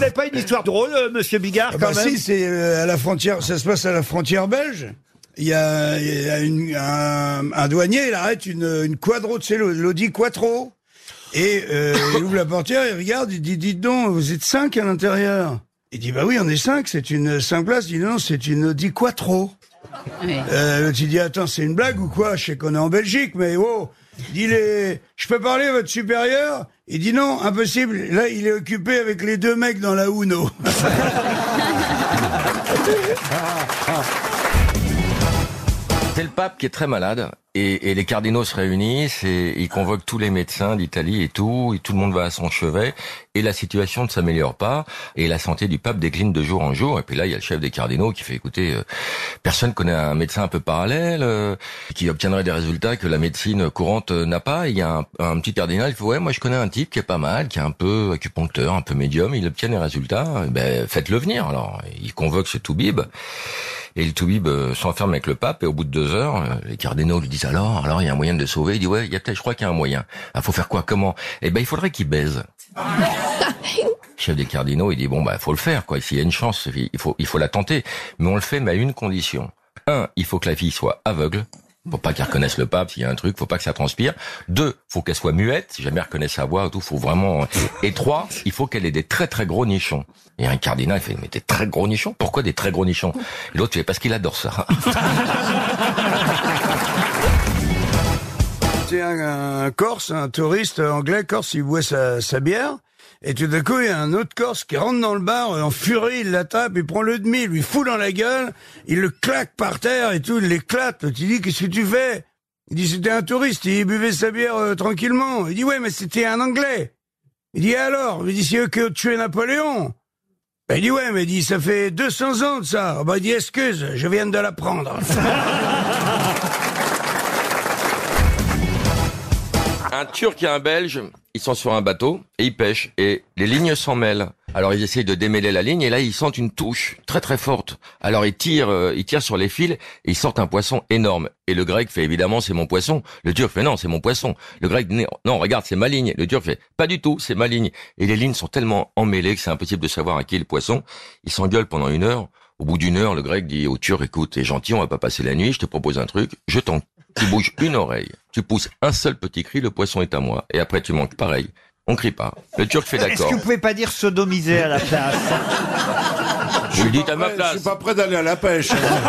n'avez pas une histoire drôle, monsieur Bigard, quand même? Si, c'est à la frontière, ça se passe à la frontière belge. Il y a un douanier, il arrête une Quadro, tu sais, l'Audi Quattro. Et il ouvre la portière, il regarde, il dit, dites donc, vous êtes 5 à l'intérieur. Il dit, bah oui, on est 5, c'est une 5 places. Il dit, non, c'est une Audi Quattro. Oui. L'autre, il dit, attends, c'est une blague ou quoi? Je sais qu'on est en Belgique, mais oh. Il dit, je peux parler à votre supérieur? Il dit, non, impossible. Là, il est occupé avec les 2 mecs dans la Uno. C'est le pape qui est très malade et les cardinaux se réunissent et ils convoquent tous les médecins d'Italie et tout le monde va à son chevet et la situation ne s'améliore pas et la santé du pape décline de jour en jour. Et puis là, il y a le chef des cardinaux qui fait écoutez, personne connaît un médecin un peu parallèle qui obtiendrait des résultats que la médecine courante n'a pas. Et il y a un petit cardinal qui fait ouais, moi je connais un type qui est pas mal, qui est un peu acupuncteur, un peu médium, il obtient les résultats. Ben faites-le venir. Alors il convoque ce toubib. Et le toubib s'enferme avec le pape et au bout de 2 heures, les cardinaux lui disent alors il y a un moyen de le sauver. Il dit ouais, il y a peut-être, je crois qu'il y a un moyen. Ah, faut faire quoi, comment? Eh ben il faudrait qu'il baise. Chef des cardinaux, il dit bon faut le faire quoi. S'il y a une chance, il faut la tenter, mais on le fait mais à une condition. 1, il faut que la fille soit aveugle. Faut pas qu'elle reconnaisse le pape, s'il y a un truc, faut pas que ça transpire. 2, faut qu'elle soit muette, si jamais elle reconnaît sa voix, tout, faut vraiment... Et 3, il faut qu'elle ait des très très gros nichons. Et un cardinal, il fait, mais des très gros nichons? Pourquoi des très gros nichons? Et l'autre, il fait, parce qu'il adore ça. C'est un Corse, un touriste anglais corse, il boit sa bière. Et tout d'un coup, il y a un autre Corse qui rentre dans le bar, en furie, il l'attrape, il prend le demi, il lui fout dans la gueule, il le claque par terre et tout, il l'éclate. Il dit, qu'est-ce que tu fais? Il dit, c'était un touriste, il buvait sa bière tranquillement. Il dit, ouais, mais c'était un Anglais. Il dit, alors? Il dit, c'est eux qui ont tué Napoléon. Ben, il dit, ouais, mais il dit, ça fait 200 ans de ça. Ben, il dit, excuse, je viens de l'apprendre. Un Turc et un Belge, ils sont sur un bateau et ils pêchent et les lignes s'en mêlent. Alors ils essayent de démêler la ligne et là ils sentent une touche très très forte. Alors ils tirent sur les fils et ils sortent un poisson énorme. Et le Grec fait évidemment c'est mon poisson. Le Turc fait non c'est mon poisson. Le Grec dit non regarde c'est ma ligne. Le Turc fait pas du tout c'est ma ligne. Et les lignes sont tellement emmêlées que c'est impossible de savoir à qui est le poisson. Ils s'engueulent pendant 1 heure. Au bout d'1 heure le Grec dit au Turc écoute t'es gentil on va pas passer la nuit je te propose un truc je t'en tu bouges une oreille, tu pousses un seul petit cri, le poisson est à moi. Et après tu manques pareil. On crie pas. Le Turc fait d'accord. Est-ce que vous pouvez pas dire sodomiser à la place? Je lui dis à ma place. Je suis pas prêt d'aller à la pêche.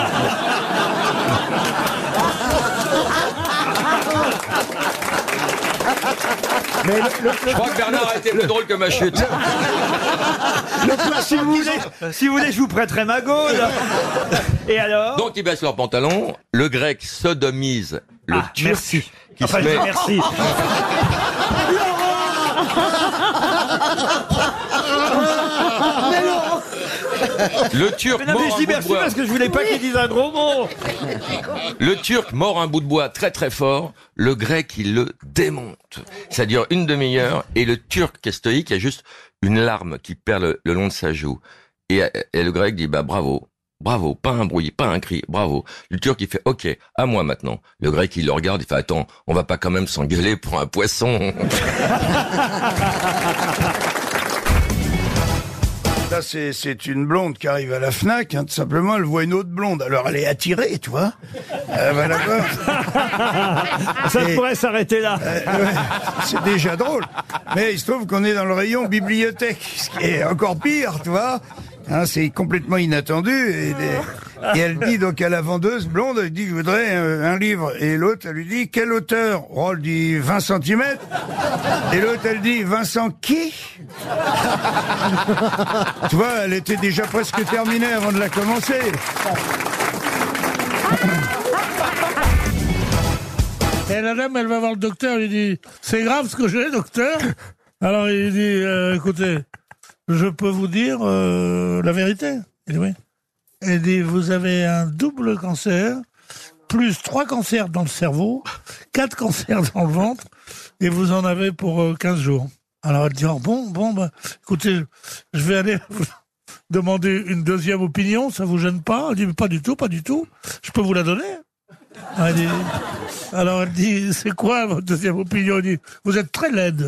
Mais je crois que Bernard a été plus drôle que ma chute. Si vous voulez, je vous prêterai ma gaule. Et alors? Donc ils baissent leurs pantalons. Le Grec sodomise le Turc. Merci. Qui se met... Merci. Le Turc mais non, mais mord je dis un bout de merci bois. parce que je voulais pas qu'il dise un gros mot. Le Turc mord un bout de bois très très fort. Le Grec, il le démonte. Ça dure 1 demi-heure et le Turc qui est stoïque, il y a juste une larme qui perd le long de sa joue. Et le Grec dit bravo. Bravo, pas un bruit, pas un cri, bravo. Le Turc, il fait ok, à moi maintenant. Le Grec, il le regarde, il fait attends, on va pas quand même s'engueuler pour un poisson. Là, c'est une blonde qui arrive à la Fnac, tout simplement, elle voit une autre blonde. Alors, elle est attirée, tu vois. D'accord. Ça pourrait s'arrêter là. Ouais, c'est déjà drôle. Mais il se trouve qu'on est dans le rayon bibliothèque, ce qui est encore pire, tu vois. Hein, c'est complètement inattendu. Et elle dit donc à la vendeuse blonde, elle dit je voudrais un livre. Et l'autre, elle lui dit quel auteur? Oh, elle dit 20 cm. Et l'autre, elle dit Vincent qui? Tu vois, elle était déjà presque terminée avant de la commencer. Et la dame, elle va voir le docteur, elle lui dit c'est grave ce que j'ai, docteur? Alors il dit écoutez, je peux vous dire la vérité? Il dit oui. Elle dit vous avez un double cancer, plus 3 cancers dans le cerveau, 4 cancers dans le ventre, et vous en avez pour 15 jours. Alors elle dit oh, bon, écoutez, je vais aller vous demander une deuxième opinion, ça vous gêne pas? Elle dit mais pas du tout, je peux vous la donner? Alors elle dit c'est quoi votre deuxième opinion? Elle dit vous êtes très laide.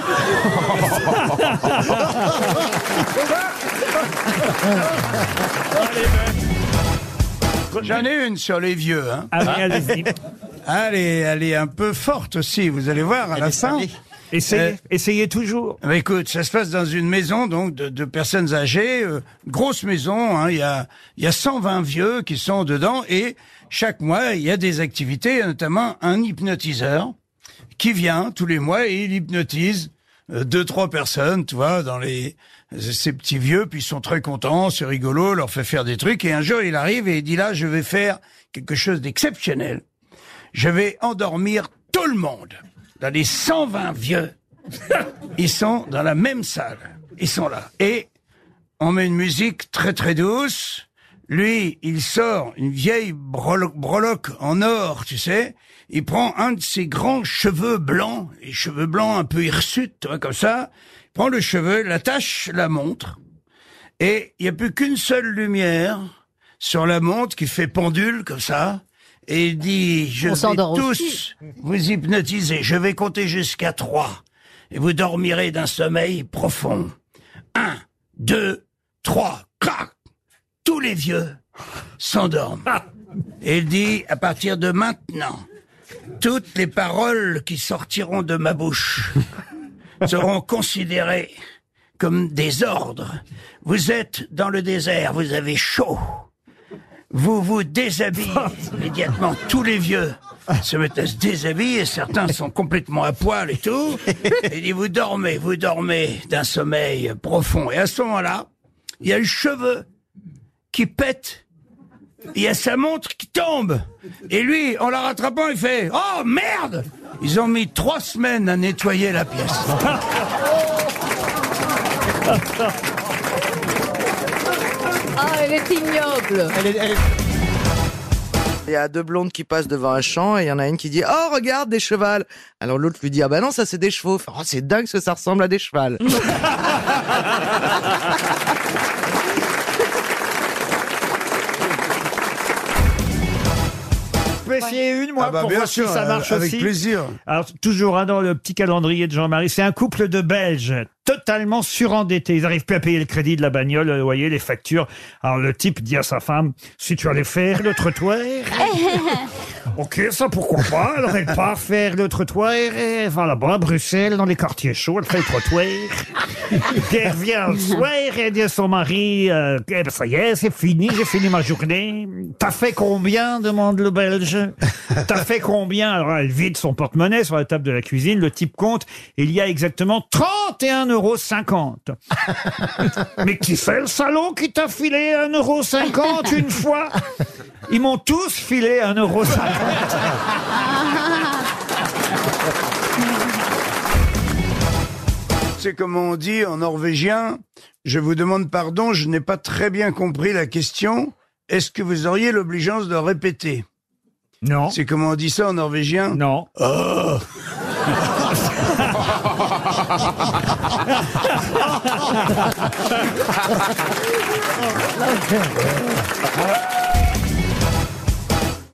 J'en ai une sur les vieux. Hein. Ah oui, allez-y. Elle est un peu forte aussi, vous allez voir à la fin. Essayez toujours. Bah, écoute, ça se passe dans une maison donc de personnes âgées, grosse maison. Hein, il y a 120 vieux qui sont dedans et chaque mois il y a des activités, notamment un hypnotiseur qui vient tous les mois et il hypnotise 2-3 personnes, tu vois, dans ces petits vieux, puis ils sont très contents, c'est rigolo, leur fait faire des trucs et un jour il arrive et il dit là je vais faire quelque chose d'exceptionnel. Je vais endormir tout le monde. Dans les 120 vieux, ils sont dans la même salle. Ils sont là. Et on met une musique très très douce. Lui, il sort une vieille breloque en or, tu sais. Il prend un de ses grands cheveux blancs, les cheveux blancs un peu hirsutes, tu vois, comme ça. Il prend le cheveu, l'attache la montre. Et il n'y a plus qu'une seule lumière sur la montre qui fait pendule, comme ça. Et il dit, je vais tous vous hypnotiser. Je vais compter jusqu'à 3. Et vous dormirez d'un sommeil profond. 1, 2, 3. Clac! Tous les vieux s'endorment. Et il dit, à partir de maintenant, toutes les paroles qui sortiront de ma bouche seront considérées comme des ordres. Vous êtes dans le désert, vous avez chaud. Vous vous déshabillez immédiatement. Tous les vieux se mettent à se déshabiller. Certains sont complètement à poil et tout. Et il dit, vous dormez d'un sommeil profond. Et à ce moment-là, il y a le cheveu qui pète. Il y a sa montre qui tombe. Et lui, en la rattrapant, il fait, oh merde! Ils ont mis 3 semaines à nettoyer la pièce. Ah, elle est ignoble. Il y a 2 blondes qui passent devant un champ et il y en a une qui dit « Oh, regarde, des chevals !» Alors l'autre lui dit « Ah bah non, ça c'est des chevaux. » Oh, c'est dingue que ça ressemble à des chevals. Je peux essayer une, moi, pour bien voir sûr, si ça marche avec aussi. plaisir. Alors, toujours dans le petit calendrier de Jean-Marie, c'est un couple de Belges totalement surendettés. Ils n'arrivent plus à payer le crédit de la bagnole, le loyer, les factures. Alors, le type dit à sa femme, si tu allais faire le trottoir... Ok, ça pourquoi pas. Alors, elle part faire le trottoir et va là-bas à Bruxelles, dans les quartiers chauds, elle fait le trottoir. Puis elle revient le soir et elle dit à son mari, eh ben, ça y est, c'est fini, j'ai fini ma journée. T'as fait combien? Demande le Belge. T'as fait combien? Alors, elle vide son porte-monnaie sur la table de la cuisine, le type compte, et il y a exactement 31,50 €. Mais qui c'est le salaud qui t'a filé 1,50 € une fois? Ils m'ont tous filé 1,50 €. C'est comme on dit en norvégien, je vous demande pardon, je n'ai pas très bien compris la question. Est-ce que vous auriez l'obligeance de répéter? Non. C'est comment on dit ça en norvégien? Non. Oh.